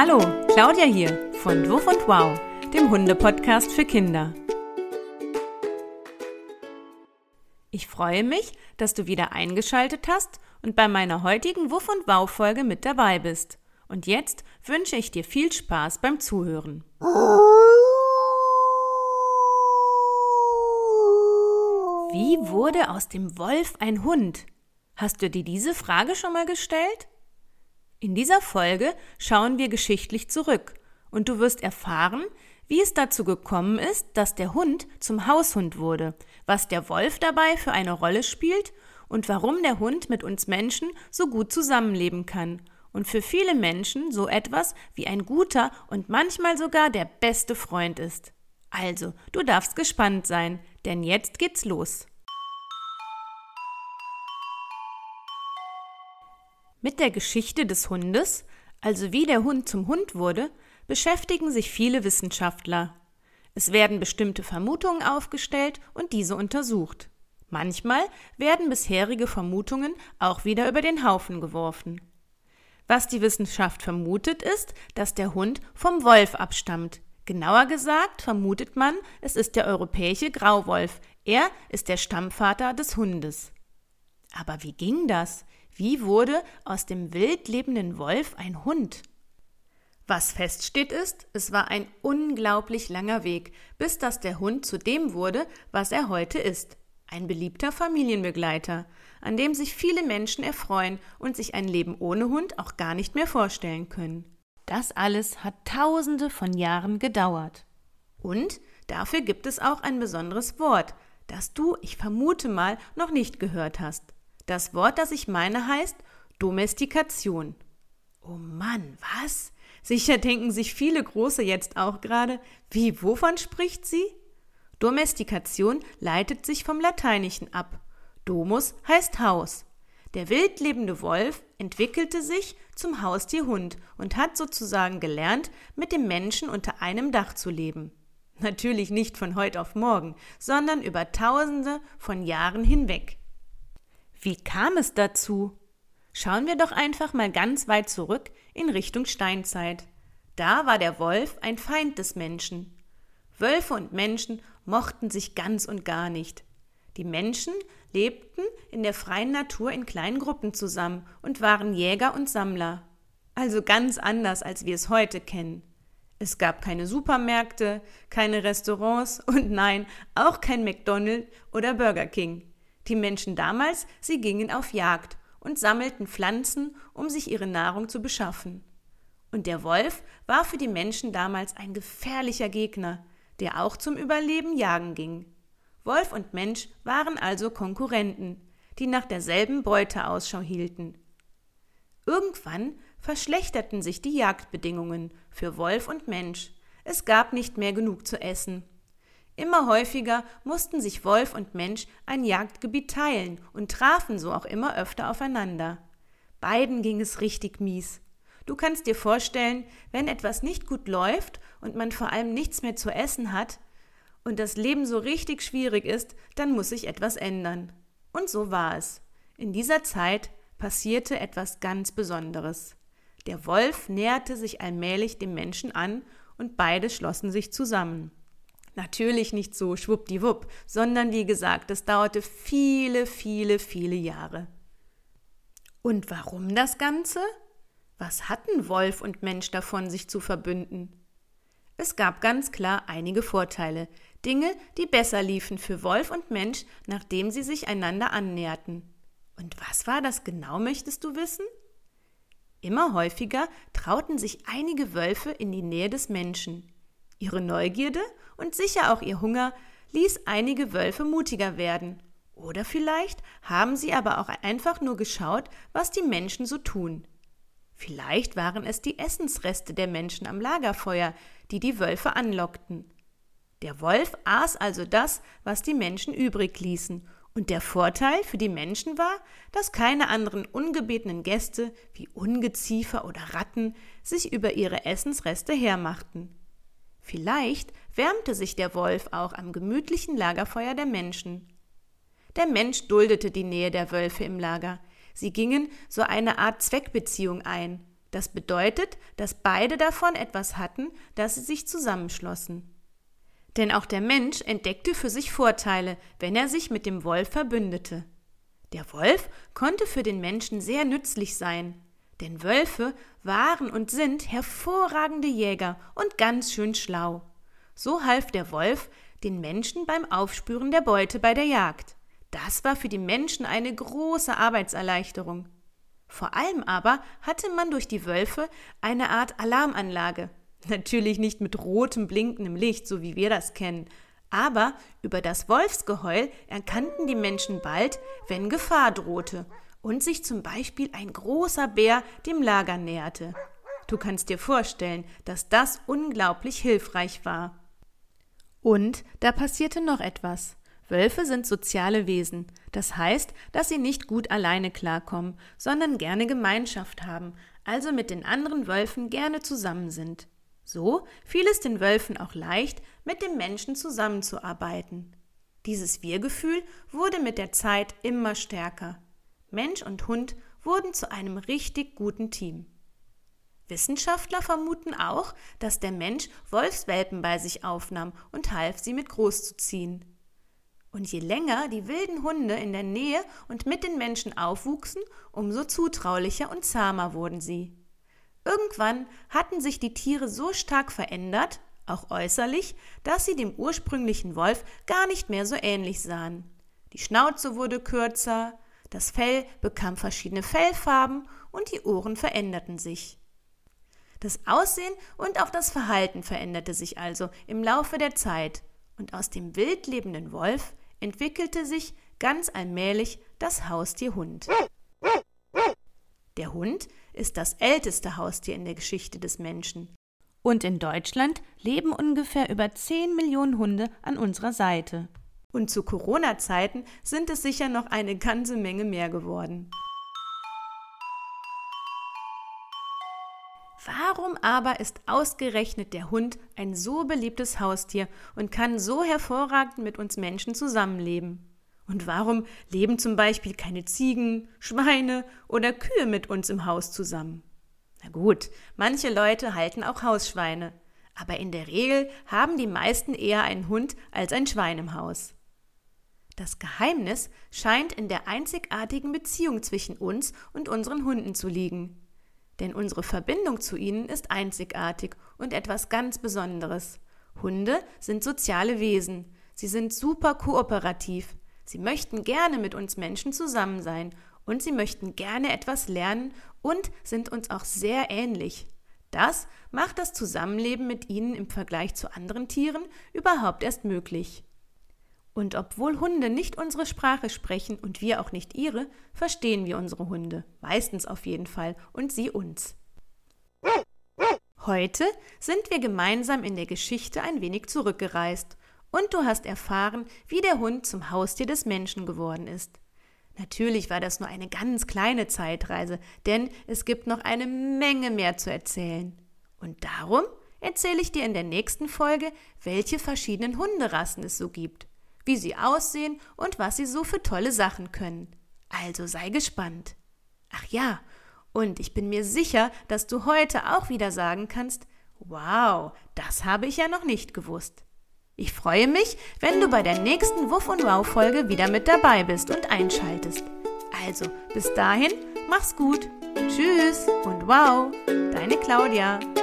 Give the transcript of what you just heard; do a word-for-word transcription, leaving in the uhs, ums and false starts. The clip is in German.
Hallo, Claudia hier von Wuff und Wow, dem Hunde-Podcast für Kinder. Ich freue mich, dass du wieder eingeschaltet hast und bei meiner heutigen Wuff und Wow-Folge mit dabei bist. Und jetzt wünsche ich dir viel Spaß beim Zuhören. Wie wurde aus dem Wolf ein Hund? Hast du dir diese Frage schon mal gestellt? In dieser Folge schauen wir geschichtlich zurück und du wirst erfahren, wie es dazu gekommen ist, dass der Hund zum Haushund wurde, was der Wolf dabei für eine Rolle spielt und warum der Hund mit uns Menschen so gut zusammenleben kann und für viele Menschen so etwas wie ein guter und manchmal sogar der beste Freund ist. Also, du darfst gespannt sein, denn jetzt geht's los. Mit der Geschichte des Hundes, also wie der Hund zum Hund wurde, beschäftigen sich viele Wissenschaftler. Es werden bestimmte Vermutungen aufgestellt und diese untersucht. Manchmal werden bisherige Vermutungen auch wieder über den Haufen geworfen. Was die Wissenschaft vermutet ist, dass der Hund vom Wolf abstammt. Genauer gesagt vermutet man, es ist der europäische Grauwolf. Er ist der Stammvater des Hundes. Aber wie ging das? Wie wurde aus dem wild lebenden Wolf ein Hund? Was feststeht ist, es war ein unglaublich langer Weg, bis dass der Hund zu dem wurde, was er heute ist. Ein beliebter Familienbegleiter, an dem sich viele Menschen erfreuen und sich ein Leben ohne Hund auch gar nicht mehr vorstellen können. Das alles hat Tausende von Jahren gedauert. Und dafür gibt es auch ein besonderes Wort, das du, ich vermute mal, noch nicht gehört hast. Das Wort, das ich meine, heißt Domestikation. Oh Mann, was? Sicher denken sich viele Große jetzt auch gerade, wie, wovon spricht sie? Domestikation leitet sich vom Lateinischen ab. Domus heißt Haus. Der wildlebende Wolf entwickelte sich zum Haustierhund und hat sozusagen gelernt, mit dem Menschen unter einem Dach zu leben. Natürlich nicht von heute auf morgen, sondern über Tausende von Jahren hinweg. Wie kam es dazu? Schauen wir doch einfach mal ganz weit zurück in Richtung Steinzeit. Da war der Wolf ein Feind des Menschen. Wölfe und Menschen mochten sich ganz und gar nicht. Die Menschen lebten in der freien Natur in kleinen Gruppen zusammen und waren Jäger und Sammler. Also ganz anders, als wir es heute kennen. Es gab keine Supermärkte, keine Restaurants und nein, auch kein McDonald's oder Burger King. Die Menschen damals, sie gingen auf Jagd und sammelten Pflanzen, um sich ihre Nahrung zu beschaffen. Und der Wolf war für die Menschen damals ein gefährlicher Gegner, der auch zum Überleben jagen ging. Wolf und Mensch waren also Konkurrenten, die nach derselben Beute Ausschau hielten. Irgendwann verschlechterten sich die Jagdbedingungen für Wolf und Mensch. Es gab nicht mehr genug zu essen. Immer häufiger mussten sich Wolf und Mensch ein Jagdgebiet teilen und trafen so auch immer öfter aufeinander. Beiden ging es richtig mies. Du kannst dir vorstellen, wenn etwas nicht gut läuft und man vor allem nichts mehr zu essen hat und das Leben so richtig schwierig ist, dann muss sich etwas ändern. Und so war es. In dieser Zeit passierte etwas ganz Besonderes. Der Wolf näherte sich allmählich dem Menschen an und beide schlossen sich zusammen. Natürlich nicht so schwuppdiwupp, sondern wie gesagt, es dauerte viele, viele, viele Jahre. Und warum das Ganze? Was hatten Wolf und Mensch davon, sich zu verbünden? Es gab ganz klar einige Vorteile, Dinge, die besser liefen für Wolf und Mensch, nachdem sie sich einander annäherten. Und was war das genau, möchtest du wissen? Immer häufiger trauten sich einige Wölfe in die Nähe des Menschen. Ihre Neugierde und sicher auch ihr Hunger ließ einige Wölfe mutiger werden. Oder vielleicht haben sie aber auch einfach nur geschaut, was die Menschen so tun. Vielleicht waren es die Essensreste der Menschen am Lagerfeuer, die die Wölfe anlockten. Der Wolf aß also das, was die Menschen übrig ließen. Und der Vorteil für die Menschen war, dass keine anderen ungebetenen Gäste wie Ungeziefer oder Ratten sich über ihre Essensreste hermachten. Vielleicht wärmte sich der Wolf auch am gemütlichen Lagerfeuer der Menschen. Der Mensch duldete die Nähe der Wölfe im Lager. Sie gingen so eine Art Zweckbeziehung ein. Das bedeutet, dass beide davon etwas hatten, dass sie sich zusammenschlossen. Denn auch der Mensch entdeckte für sich Vorteile, wenn er sich mit dem Wolf verbündete. Der Wolf konnte für den Menschen sehr nützlich sein, denn Wölfe waren und sind hervorragende Jäger und ganz schön schlau. So half der Wolf den Menschen beim Aufspüren der Beute bei der Jagd. Das war für die Menschen eine große Arbeitserleichterung. Vor allem aber hatte man durch die Wölfe eine Art Alarmanlage. Natürlich nicht mit rotem, blinkendem Licht, so wie wir das kennen, aber über das Wolfsgeheul erkannten die Menschen bald, wenn Gefahr drohte und sich zum Beispiel ein großer Bär dem Lager näherte. Du kannst dir vorstellen, dass das unglaublich hilfreich war. Und da passierte noch etwas. Wölfe sind soziale Wesen. Das heißt, dass sie nicht gut alleine klarkommen, sondern gerne Gemeinschaft haben, also mit den anderen Wölfen gerne zusammen sind. So fiel es den Wölfen auch leicht, mit dem Menschen zusammenzuarbeiten. Dieses Wir-Gefühl wurde mit der Zeit immer stärker. Mensch und Hund wurden zu einem richtig guten Team. Wissenschaftler vermuten auch, dass der Mensch Wolfswelpen bei sich aufnahm und half, sie mit großzuziehen. Und je länger die wilden Hunde in der Nähe und mit den Menschen aufwuchsen, umso zutraulicher und zahmer wurden sie. Irgendwann hatten sich die Tiere so stark verändert, auch äußerlich, dass sie dem ursprünglichen Wolf gar nicht mehr so ähnlich sahen. Die Schnauze wurde kürzer, das Fell bekam verschiedene Fellfarben und die Ohren veränderten sich. Das Aussehen und auch das Verhalten veränderte sich also im Laufe der Zeit und aus dem wild lebenden Wolf entwickelte sich ganz allmählich das Haustier Hund. Der Hund ist das älteste Haustier in der Geschichte des Menschen. Und in Deutschland leben ungefähr über zehn Millionen Hunde an unserer Seite. Und zu Corona-Zeiten sind es sicher noch eine ganze Menge mehr geworden. Warum aber ist ausgerechnet der Hund ein so beliebtes Haustier und kann so hervorragend mit uns Menschen zusammenleben? Und warum leben zum Beispiel keine Ziegen, Schweine oder Kühe mit uns im Haus zusammen? Na gut, manche Leute halten auch Hausschweine, aber in der Regel haben die meisten eher einen Hund als ein Schwein im Haus. Das Geheimnis scheint in der einzigartigen Beziehung zwischen uns und unseren Hunden zu liegen. Denn unsere Verbindung zu ihnen ist einzigartig und etwas ganz Besonderes. Hunde sind soziale Wesen. Sie sind super kooperativ. Sie möchten gerne mit uns Menschen zusammen sein und sie möchten gerne etwas lernen und sind uns auch sehr ähnlich. Das macht das Zusammenleben mit ihnen im Vergleich zu anderen Tieren überhaupt erst möglich. Und obwohl Hunde nicht unsere Sprache sprechen und wir auch nicht ihre, verstehen wir unsere Hunde, meistens auf jeden Fall, und sie uns. Heute sind wir gemeinsam in der Geschichte ein wenig zurückgereist und du hast erfahren, wie der Hund zum Haustier des Menschen geworden ist. Natürlich war das nur eine ganz kleine Zeitreise, denn es gibt noch eine Menge mehr zu erzählen. Und darum erzähle ich dir in der nächsten Folge, welche verschiedenen Hunderassen es so gibt, wie sie aussehen und was sie so für tolle Sachen können. Also sei gespannt. Ach ja, und ich bin mir sicher, dass du heute auch wieder sagen kannst, wow, das habe ich ja noch nicht gewusst. Ich freue mich, wenn du bei der nächsten Wuff und Wow-Folge wieder mit dabei bist und einschaltest. Also, bis dahin, mach's gut. Tschüss und wow, deine Claudia.